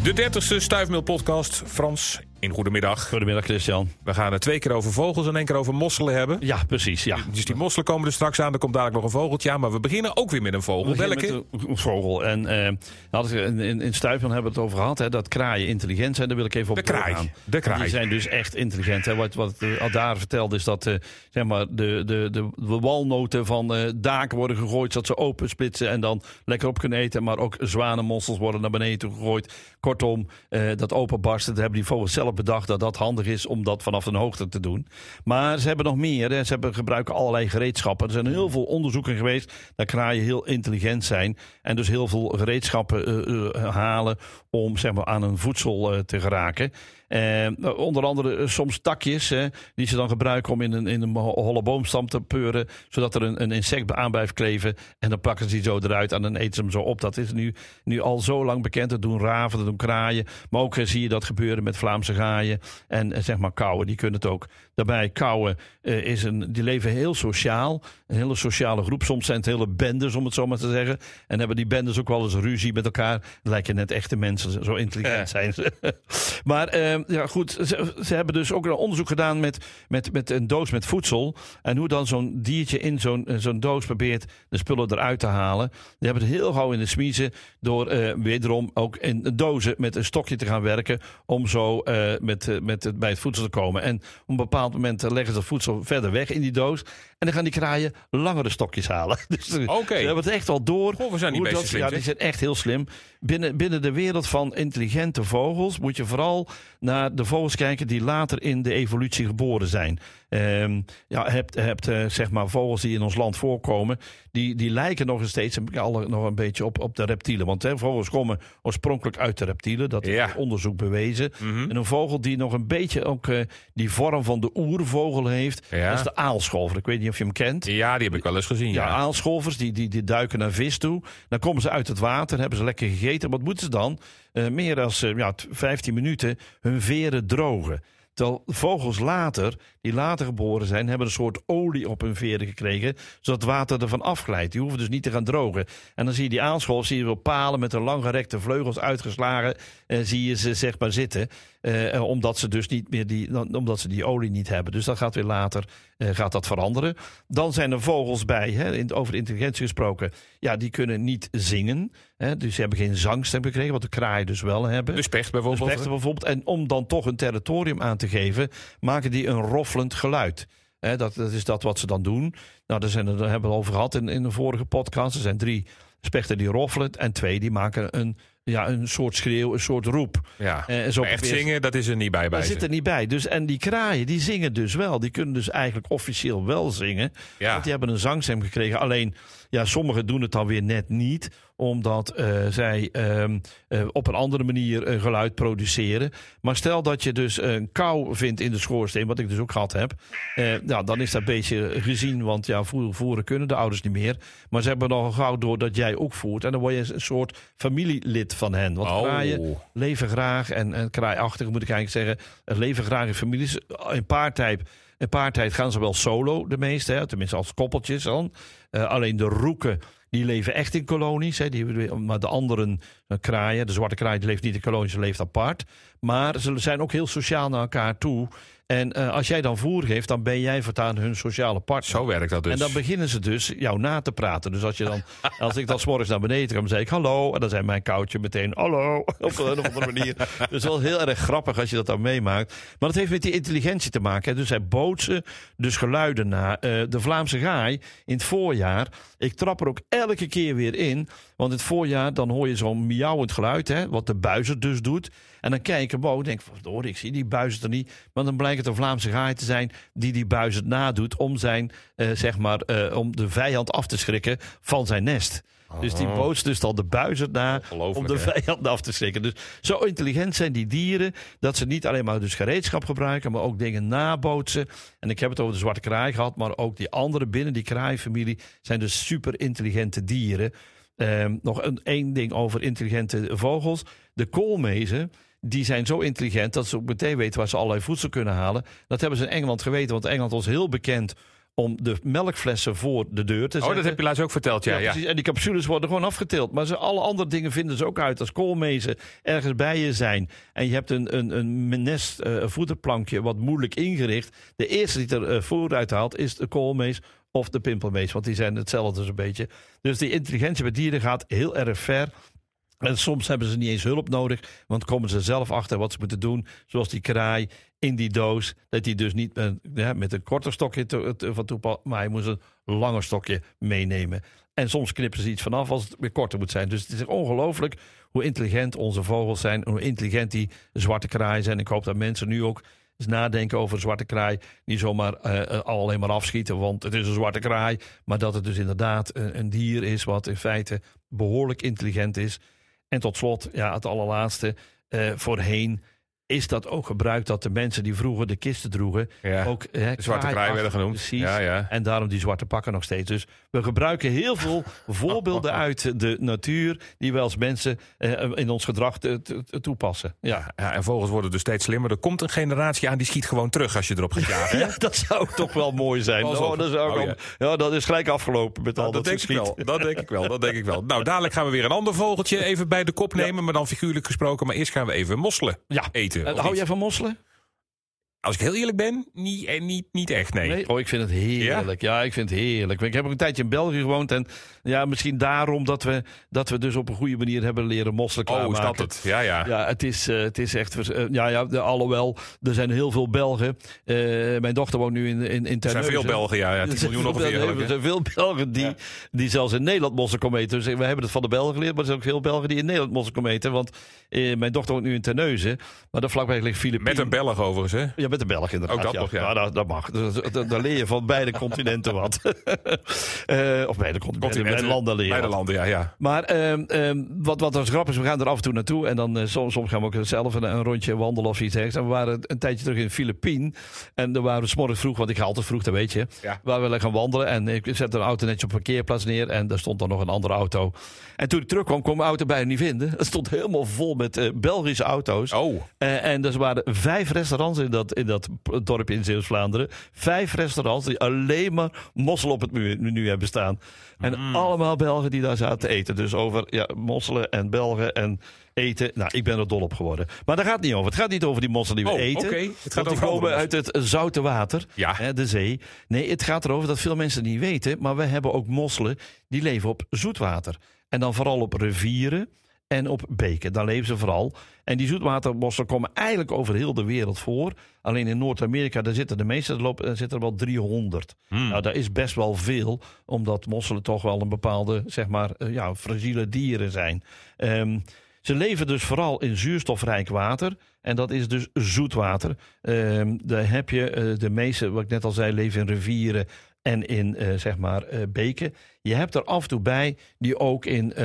De 30ste Stuifmeel podcast. Frans, in goedemiddag. Goedemiddag, Christian. We gaan het 2 keer over vogels en 1 keer over mosselen hebben. Ja, precies. Ja. Dus die mosselen komen er straks aan. Er komt dadelijk nog een vogeltje aan. Maar we beginnen ook weer met een vogel. Welke? Een vogel. En in Stuifmeel hebben we het over gehad. Hè, dat kraaien intelligent zijn. Daar wil ik even op doorgaan. De kraai. Die zijn dus echt intelligent. Hè. Wat Adaar vertelde is dat zeg maar de walnoten van daken worden gegooid. Zodat ze open splitsen en dan lekker op kunnen eten. Maar ook zwanenmossels worden naar beneden toe gegooid. Kortom, dat openbarsten, dat hebben die vogels zelf bedacht dat dat handig is om dat vanaf een hoogte te doen. Maar ze hebben nog meer. Hè. Ze gebruiken allerlei gereedschappen. Er zijn heel veel onderzoeken geweest dat kraaien heel intelligent zijn. En dus heel veel gereedschappen halen om zeg maar, aan hun voedsel te geraken. Onder andere soms takjes die ze dan gebruiken om in een holle boomstam te peuren, zodat er een insect aan blijft kleven. En dan pakken ze die zo eruit en dan eten ze hem zo op. Dat is nu al zo lang bekend. Dat doen raven, dat doen kraaien. Maar ook zie je dat gebeuren met Vlaamse gaaien en zeg maar kauwen. Die kunnen het ook. Daarbij kauwen die leven heel sociaal. Een hele sociale groep. Soms zijn het hele bendes, om het zo maar te zeggen. En hebben die bendes ook wel eens ruzie met elkaar. Het lijken net echte mensen. Zo intelligent zijn ze. Maar ja, goed. Ze hebben dus ook een onderzoek gedaan met een doos met voedsel. En hoe dan zo'n diertje in zo'n doos probeert de spullen eruit te halen. Die hebben het heel gauw in de smiezen door wederom ook in dozen met een stokje te gaan werken. Om zo bij het voedsel te komen. En op een bepaald moment leggen ze het voedsel verder weg in die doos. En dan gaan die kraaien langere stokjes halen. Dus ze hebben het echt wel door. Goh, we zijn niet best slim. Ja, die zijn echt heel slim. Binnen de wereld van intelligente vogels moet je vooral naar de vogels kijken die later in de evolutie geboren zijn. Hebt zeg maar vogels die in ons land voorkomen, die lijken nog steeds nog een beetje op de reptielen. Want vogels komen oorspronkelijk uit de reptielen. Dat is onderzoek bewezen. Mm-hmm. En een vogel die nog een beetje ook die vorm van de oervogel heeft, dat is de aalscholver. Ik weet niet of je hem kent. Ja, die heb ik wel eens gezien. Ja, aalscholvers die duiken naar vis toe. Dan komen ze uit het water, hebben ze lekker gegeten. Wat moeten ze dan? Meer dan 15 minuten hun veren drogen. Terwijl vogels die later geboren zijn, hebben een soort olie op hun veren gekregen, zodat het water ervan afglijdt. Die hoeven dus niet te gaan drogen. En dan zie je die aanscholvers, zie je op palen met hun langgerekte vleugels uitgeslagen, zie je ze zeg maar zitten. Omdat ze dus niet meer omdat ze die olie niet hebben. Dus dat gaat weer later gaat dat veranderen. Dan zijn er vogels bij, over intelligentie gesproken. Ja, die kunnen niet zingen. Dus ze hebben geen zangstem gekregen, wat de kraaien dus wel hebben. De specht bijvoorbeeld. En om dan toch een territorium aan te geven, maken die een roffelend geluid. Dat is dat wat ze dan doen. Nou, daar hebben we het over gehad in de vorige podcast. Er zijn 3 spechten die roffelen en 2 die maken een soort schreeuw, een soort roep. Ja, maar echt zingen, dat is er niet bij. Dat zit er niet bij. Dus, en die kraaien, die zingen dus wel. Die kunnen dus eigenlijk officieel wel zingen. Ja. Want die hebben een zangstem gekregen. Alleen, sommigen doen het dan weer net niet. Omdat zij op een andere manier een geluid produceren. Maar stel dat je dus een kou vindt in de schoorsteen, wat ik dus ook gehad heb. Dan is dat een beetje gezien, want voeren kunnen de ouders niet meer. Maar ze hebben nogal gauw door dat jij ook voert. En dan word je een soort familielid van hen. Want kraaien leven graag en kraaiachtig moet ik eigenlijk zeggen. Leven graag in families. Een paartijd gaan ze wel solo de meeste. Tenminste als koppeltjes dan. Alleen de roeken, die leven echt in kolonies. Maar de anderen kraaien, de zwarte kraai, die leeft niet in kolonies, ze leeft apart. Maar ze zijn ook heel sociaal naar elkaar toe. En als jij dan voer geeft, dan ben jij voortaan hun sociale partner. Zo werkt dat dus. En dan beginnen ze dus jou na te praten. Dus als ik dan 's morgens naar beneden kwam, zei ik hallo. En dan zei mijn koutje meteen hallo. Op een of andere manier. Dus wel heel erg grappig als je dat dan meemaakt. Maar dat heeft met die intelligentie te maken. Hè. Dus zij bootsen dus geluiden na. De Vlaamse gaai in het voorjaar. Ik trap er ook elke keer weer in. Want in het voorjaar dan hoor je zo'n miauwend geluid. Wat de buizerd dus doet. En dan kijk ik omhoog en denk ik zie die buizerd er niet. Maar dan blijkt het een Vlaamse gaai te zijn die buizerd nadoet om om de vijand af te schrikken van zijn nest. Dus die bootst dus dan de buizerd na om de vijand af te schrikken. Dus zo intelligent zijn die dieren dat ze niet alleen maar dus gereedschap gebruiken, maar ook dingen nabootsen. En ik heb het over de zwarte kraai gehad, maar ook die andere binnen die kraaienfamilie zijn dus super intelligente dieren. Nog één ding over intelligente vogels. De koolmezen, die zijn zo intelligent dat ze ook meteen weten waar ze allerlei voedsel kunnen halen. Dat hebben ze in Engeland geweten, want Engeland was heel bekend om de melkflessen voor de deur te zetten. Dat heb je laatst ook verteld, ja. Precies. En die capsules worden gewoon afgetild. Maar alle andere dingen vinden ze ook uit. Als koolmezen ergens bij je zijn en je hebt een nest, een voederplankje wat moeilijk ingericht. De eerste die er vooruit haalt is de koolmees of de pimpelmees. Want die zijn hetzelfde zo'n beetje. Dus die intelligentie bij dieren gaat heel erg ver. En soms hebben ze niet eens hulp nodig, want komen ze zelf achter wat ze moeten doen. Zoals die kraai in die doos, dat hij dus niet met een korter stokje van toepassen, maar hij moest een langer stokje meenemen. En soms knippen ze iets vanaf als het weer korter moet zijn. Dus het is ongelooflijk hoe intelligent onze vogels zijn en hoe intelligent die zwarte kraaien zijn. Ik hoop dat mensen nu ook eens nadenken over een zwarte kraai. Niet zomaar alleen maar afschieten, want het is een zwarte kraai. Maar dat het dus inderdaad een dier is wat in feite behoorlijk intelligent is. En tot slot, het allerlaatste, voorheen is dat ook gebruikt dat de mensen die vroeger de kisten droegen ook de zwarte kraai werden genoemd. Precies. Ja. En daarom die zwarte pakken nog steeds. Dus we gebruiken heel veel voorbeelden uit de natuur die we als mensen in ons gedrag toepassen. Ja, en vogels worden dus steeds slimmer. Er komt een generatie aan die schiet gewoon terug als je erop gaat jagen. Ja, dat zou toch wel mooi zijn. Dat is gelijk afgelopen met al dat schiet. Dat denk ik wel. Nou, dadelijk gaan we weer een ander vogeltje even bij de kop nemen, maar dan figuurlijk gesproken. Maar eerst gaan we even mosselen eten. Hou jij van mosselen? Als ik heel eerlijk ben, niet echt, nee. Oh, ik vind het heerlijk. Ja, ik vind het heerlijk. Ik heb ook een tijdje in België gewoond. En misschien daarom dat we dus op een goede manier hebben leren mosselen klaarmaken. Oh, is dat het? Ja. Ja, het is echt... alhoewel, er zijn heel veel Belgen. Mijn dochter woont nu in Terneuzen. Er zijn veel Belgen, 10 miljoen ongeveer. Er zijn veel Belgen die zelfs in Nederland mosselen komen eten. Dus we hebben het van de Belgen geleerd. Maar er zijn ook veel Belgen die in Nederland mosselen komen eten. Want mijn dochter woont nu in Terneuzen. Maar daar vlakbij ligt Filipijnen. Met een Belg overigens, hè? Ja, met de Belg inderdaad. Ook dat nog, ja. Nou, dat mag. Daar leer je van beide continenten wat. Of beide continenten, beide landen leren. Beide landen, ja. Maar wat er grappig is, we gaan er af en toe naartoe. En dan soms gaan we ook zelf een rondje wandelen of iets dergelijks. En we waren een tijdje terug in Filipijnen. En dan waren we 's morgens vroeg, want ik ga altijd vroeg, dat weet je. Ja. Waar we gaan wandelen. En ik zette een auto netjes op een parkeerplaats neer. En daar stond dan nog een andere auto. En toen ik terugkwam, kon mijn auto bijna niet vinden. Het stond helemaal vol met Belgische auto's. Oh. En er waren 5 restaurants in dat dorpje in Zeeuws-Vlaanderen. 5 restaurants die alleen maar mosselen op het menu hebben staan. En allemaal Belgen die daar zaten te eten. Dus over mosselen en Belgen en eten. Nou, ik ben er dol op geworden. Maar daar gaat het niet over. Het gaat niet over die mosselen die we eten. Okay. Het gaat over komen uit het zoute water, de zee. Nee, het gaat erover dat veel mensen het niet weten. Maar we hebben ook mosselen die leven op zoetwater. En dan vooral op rivieren en op beken. Daar leven ze vooral. En die zoetwatermosselen komen eigenlijk over heel de wereld voor. Alleen in Noord-Amerika, daar zitten de meeste, daar zitten er wel 300. Nou, dat is best wel veel, omdat mosselen toch wel een bepaalde, fragiele dieren zijn. Ze leven dus vooral in zuurstofrijk water. En dat is dus zoetwater. Daar heb je de meeste, wat ik net al zei, leven in rivieren en in beken. Je hebt er af en toe bij die ook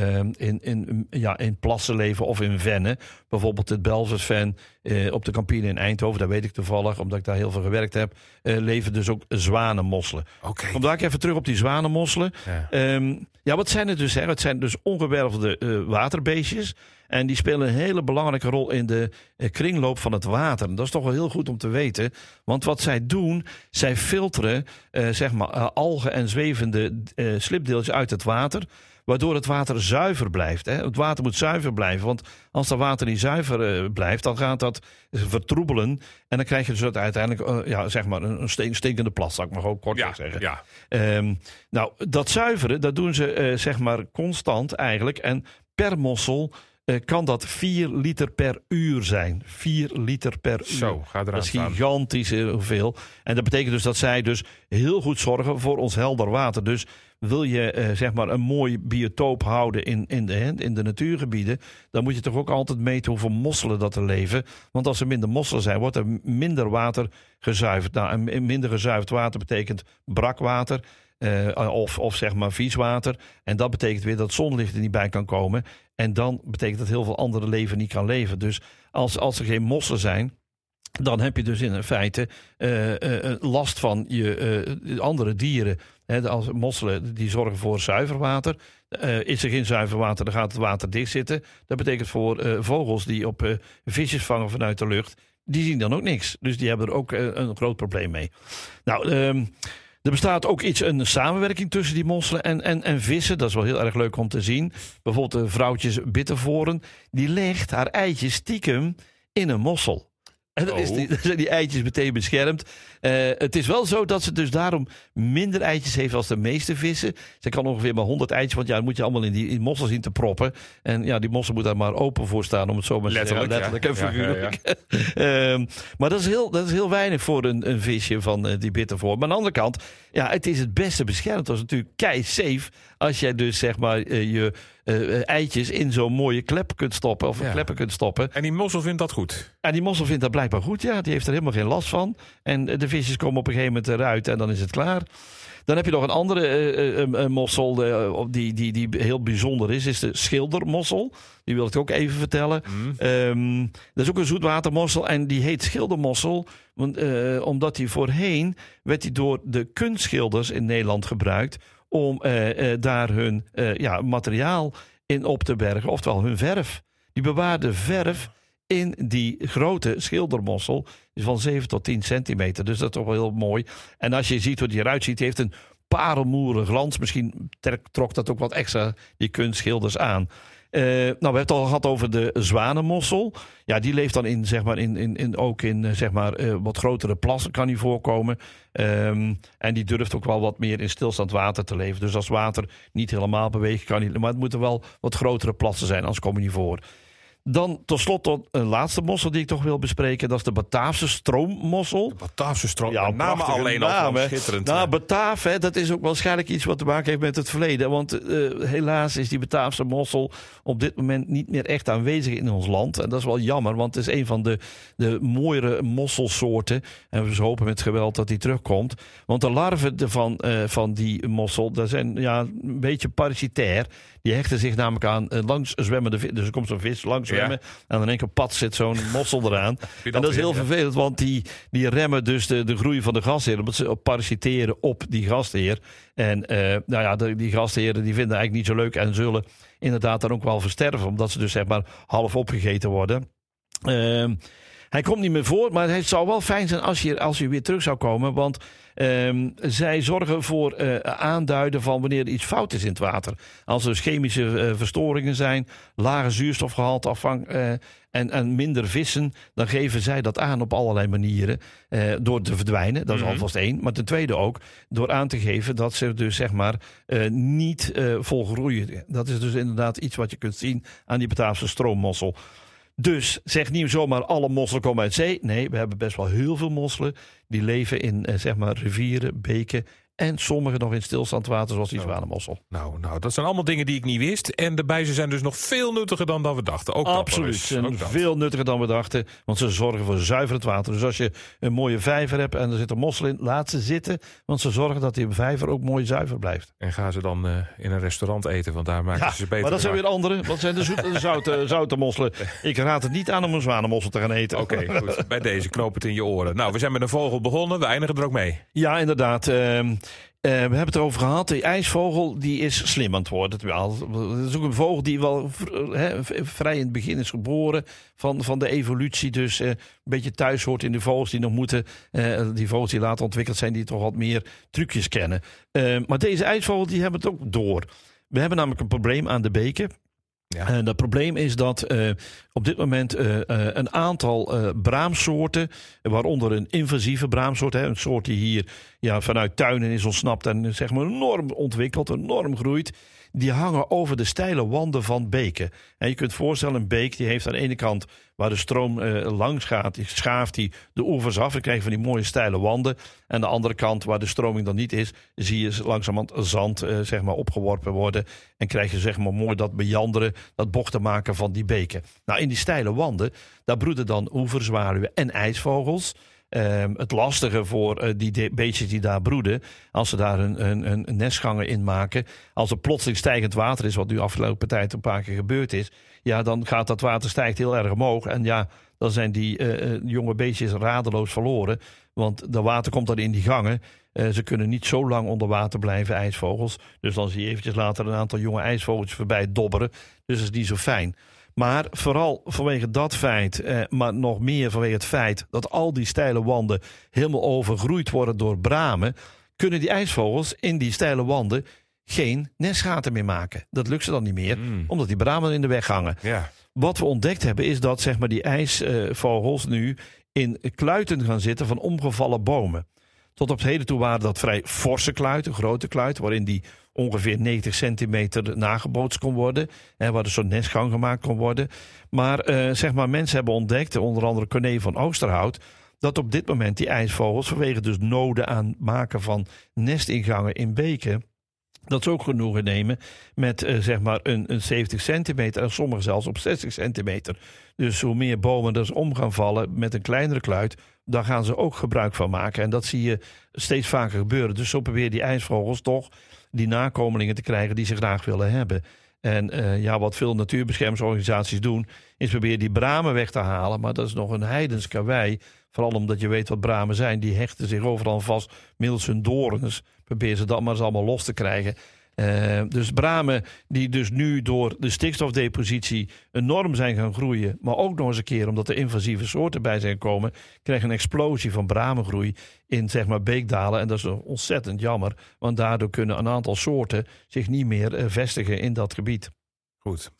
in plassen leven of in vennen. Bijvoorbeeld het Belzersven op de Campine in Eindhoven. Dat weet ik toevallig, omdat ik daar heel veel gewerkt heb. Leven dus ook zwanenmosselen. Okay. Kom daar even terug op die zwanenmosselen. Ja. Wat zijn het dus? Het zijn dus ongewervelde waterbeestjes. En die spelen een hele belangrijke rol in de kringloop van het water. En dat is toch wel heel goed om te weten. Want wat zij doen, zij filteren algen en zwevende slipdeeltjes uit het water. Waardoor het water zuiver blijft. Hè. Het water moet zuiver blijven. Want als dat water niet zuiver blijft, dan gaat dat vertroebelen. En dan krijg je dus uiteindelijk een stinkende plas, zou ik maar gewoon kort zeggen. Ja. Dat zuiveren, dat doen ze constant eigenlijk. En per mossel kan dat 4 liter per uur zijn. 4 liter per uur. Zo, ga eraan dat is gigantisch hoeveel. En dat betekent dus dat zij dus heel goed zorgen voor ons helder water. Dus wil je een mooi biotoop houden in de natuurgebieden, dan moet je toch ook altijd meten hoeveel mosselen dat er leven. Want als er minder mosselen zijn, wordt er minder water gezuiverd. Nou, en minder gezuiverd water betekent brakwater. Of vies water. En dat betekent weer dat zonlicht er niet bij kan komen. En dan betekent dat heel veel andere leven niet kan leven. Dus als er geen mosselen zijn, dan heb je dus in feite last van je andere dieren. Als mosselen die zorgen voor zuiver water. Is er geen zuiver water, dan gaat het water dicht zitten. Dat betekent voor vogels die op visjes vangen vanuit de lucht, die zien dan ook niks. Dus die hebben er ook een groot probleem mee. Nou, Er bestaat ook een samenwerking tussen die mosselen en vissen. Dat is wel heel erg leuk om te zien. Bijvoorbeeld de vrouwtjes bittervoren. Die legt haar eitjes stiekem in een mossel. En dan zijn die eitjes meteen beschermd. Het is wel zo dat ze dus daarom minder eitjes heeft als de meeste vissen. Ze kan ongeveer maar 100 eitjes, want dat moet je allemaal in die mossel zien te proppen. En ja, die mossel moet daar maar open voor staan, om het zo maar te zeggen. Letterlijk en figuurlijk. Ja. Maar dat is heel weinig voor een visje van die bittervoor. Maar aan de andere kant, ja, het is het beste beschermd. Dat is natuurlijk kei safe als jij dus zeg maar je eitjes in zo'n mooie klep kunt stoppen. Of kleppen kunt stoppen. En die mossel vindt dat goed? En die mossel vindt dat blijkbaar goed, ja. Die heeft er helemaal geen last van. En de visjes komen op een gegeven moment eruit en dan is het klaar. Dan heb je nog een andere mossel die heel bijzonder is de schildermossel. Die wil ik ook even vertellen. Dat is ook een zoetwatermossel en die heet schildermossel. Omdat die voorheen werd die door de kunstschilders in Nederland gebruikt om daar hun materiaal in op te bergen, oftewel hun verf. Die bewaarde verf in die grote schildermossel is van 7 tot 10 centimeter. Dus dat is toch wel heel mooi. En als je ziet hoe die eruit ziet, heeft een parelmoeren glans. Misschien trok dat ook wat extra die kunstschilders aan. We hebben het al gehad over de zwanenmossel. Ja, die leeft dan ook in wat grotere plassen kan die voorkomen. En die durft ook wel wat meer in stilstaand water te leven. Dus als water niet helemaal beweegt, kan die. Maar het moeten wel wat grotere plassen zijn, anders kom je niet voor. Dan tot slot een laatste mossel die ik toch wil bespreken. Dat is de Bataafse stroommossel. De Bataafse stroom. Ja, namen alleen al schitterend. Nou, Bataaf, dat is ook waarschijnlijk iets wat te maken heeft met het verleden. Want helaas is die Bataafse mossel op dit moment niet meer echt aanwezig in ons land. En dat is wel jammer, want het is een van de mooiere mosselsoorten. En we hopen met geweld dat die terugkomt. Want de larven van die mossel, dat zijn een beetje parasitair. Die hechten zich namelijk aan langs zwemmende vis. Dus er komt zo'n vis langs zwemmen. En dan in één keer pad zit zo'n mossel eraan. En dat is heel vervelend, want die remmen dus de groei van de gastheer. Omdat ze parasiteren op die gastheer. En die gastheren die vinden eigenlijk niet zo leuk. En zullen inderdaad dan ook wel versterven. Omdat ze dus zeg maar half opgegeten worden. Hij komt niet meer voor, maar het zou wel fijn zijn als je weer terug zou komen. Want zij zorgen voor aanduiden van wanneer er iets fout is in het water. Als er chemische verstoringen zijn, lage zuurstofgehalte en minder vissen, dan geven zij dat aan op allerlei manieren. Door te verdwijnen, dat is alvast één. Maar ten tweede ook door aan te geven dat ze dus zeg maar niet volgroeien. Dat is dus inderdaad iets wat je kunt zien aan die Bataafse stroommossel. Dus zeg niet zomaar alle mosselen komen uit zee. Nee, we hebben best wel heel veel mosselen. Die leven in rivieren, beken en sommige nog in stilstaand water, zoals die zwanenmossel. Nou, dat zijn allemaal dingen die ik niet wist. En de bijzen zijn dus nog veel nuttiger dan we dachten. Ook absoluut, en veel nuttiger dan we dachten. Want ze zorgen voor zuiverend water. Dus als je een mooie vijver hebt en er zit een mossel in, laat ze zitten. Want ze zorgen dat die vijver ook mooi zuiver blijft. En gaan ze dan in een restaurant eten, want daar maken ze beter. Maar dat zijn weer andere. Wat zijn de zoute mosselen? Ik raad het niet aan om een zwanenmossel te gaan eten. Oké, goed. Bij deze, knoop het in je oren. Nou, we zijn met een vogel begonnen. We eindigen er ook mee. Ja, inderdaad. We hebben het erover gehad. De ijsvogel die is slim aan het worden. Het is ook een vogel die wel vrij in het begin is geboren van de evolutie. Dus een beetje thuis hoort in de vogels die nog moeten. Die vogels die later ontwikkeld zijn, die toch wat meer trucjes kennen. Maar deze ijsvogel die hebben het ook door. We hebben namelijk een probleem aan de beken. Ja. En dat probleem is dat op dit moment een aantal braamsoorten, waaronder een invasieve braamsoort, een soort die hier vanuit tuinen is ontsnapt en zeg maar enorm ontwikkeld, enorm groeit, die hangen over de steile wanden van beken. En je kunt voorstellen, een beek die heeft aan de ene kant waar de stroom langs gaat, die schaaft die de oevers af. Dan krijg je van die mooie steile wanden. En aan de andere kant, waar de stroming dan niet is, zie je langzamerhand zand opgeworpen worden. En krijg je zeg maar mooi dat bejanderen, dat bochten maken van die beken. Nou, in die steile wanden, daar broeden dan oeverzwaluwen en ijsvogels. Het lastige voor die beestjes die daar broeden, als ze daar een nestgangen in maken, als er plotseling stijgend water is, wat nu afgelopen tijd een paar keer gebeurd is, dan gaat dat water stijgt heel erg omhoog. En dan zijn die jonge beestjes radeloos verloren, want dat water komt dan in die gangen. Ze kunnen niet zo lang onder water blijven, ijsvogels. Dus dan zie je eventjes later een aantal jonge ijsvogeltjes voorbij dobberen. Dus dat is niet zo fijn. Maar vooral vanwege dat feit, maar nog meer vanwege het feit dat al die steile wanden helemaal overgroeid worden door bramen, kunnen die ijsvogels in die steile wanden geen nestgaten meer maken. Dat lukt ze dan niet meer, omdat die bramen in de weg hangen. Ja. Wat we ontdekt hebben is dat zeg maar, die ijsvogels nu in kluiten gaan zitten van omgevallen bomen. Tot op het heden toe waren dat vrij forse kluiten, grote kluiten, waarin die ongeveer 90 centimeter nagebootst kon worden. Waar dus zo'n nestgang gemaakt kon worden. Maar zeg maar, mensen hebben ontdekt, onder andere Corné van Oosterhout, dat op dit moment die ijsvogels vanwege dus noden aan maken van nestingangen in beken, dat ze ook genoegen nemen met zeg maar een 70 centimeter en sommigen zelfs op 60 centimeter. Dus hoe meer bomen er om gaan vallen met een kleinere kluit, daar gaan ze ook gebruik van maken. En dat zie je steeds vaker gebeuren. Dus zo proberen die ijsvogels toch die nakomelingen te krijgen die ze graag willen hebben. En wat veel natuurbeschermingsorganisaties doen, is proberen die bramen weg te halen. Maar dat is nog een heidens karwei. Vooral omdat je weet wat bramen zijn. Die hechten zich overal vast middels hun dorens. Proberen ze dat maar eens allemaal los te krijgen. Dus bramen die dus nu door de stikstofdepositie enorm zijn gaan groeien, maar ook nog eens een keer omdat er invasieve soorten bij zijn gekomen, krijgen een explosie van bramengroei in zeg maar beekdalen. En dat is ontzettend jammer, want daardoor kunnen een aantal soorten zich niet meer vestigen in dat gebied. Goed,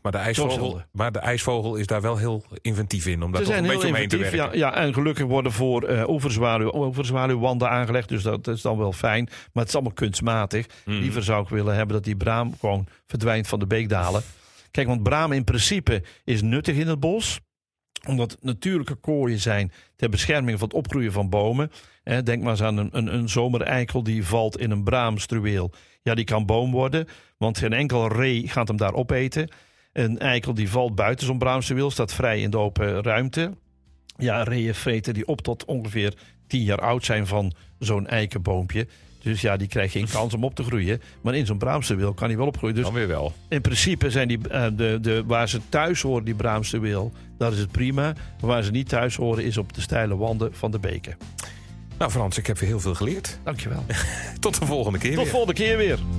maar de ijsvogel is daar wel heel inventief in om daar toch een beetje omheen te werken. Ja, en gelukkig worden voor overzwaluwwanden aangelegd, dus dat is dan wel fijn. Maar het is allemaal kunstmatig. Liever zou ik willen hebben dat die braam gewoon verdwijnt van de beekdalen. Kijk, want braam in principe is nuttig in het bos, omdat het natuurlijke kooien zijn ter bescherming van het opgroeien van bomen. Denk maar eens aan een zomereikel die valt in een braamstruweel. Ja, die kan boom worden, want geen enkel ree gaat hem daar opeten. Een eikel die valt buiten zo'n braamstruweel, staat vrij in de open ruimte. Ja, reeën vreten die op tot ongeveer 10 jaar oud zijn van zo'n eikenboompje. Dus ja, die krijgt geen kans om op te groeien. Maar in zo'n braamstruweel kan hij wel opgroeien. Dus dan weer wel. In principe zijn die waar ze thuis horen, die braamstruweel, daar is het prima. Maar waar ze niet thuis horen is op de steile wanden van de beken. Nou Frans, ik heb weer heel veel geleerd. Dankjewel. Tot de volgende keer Tot volgende keer weer.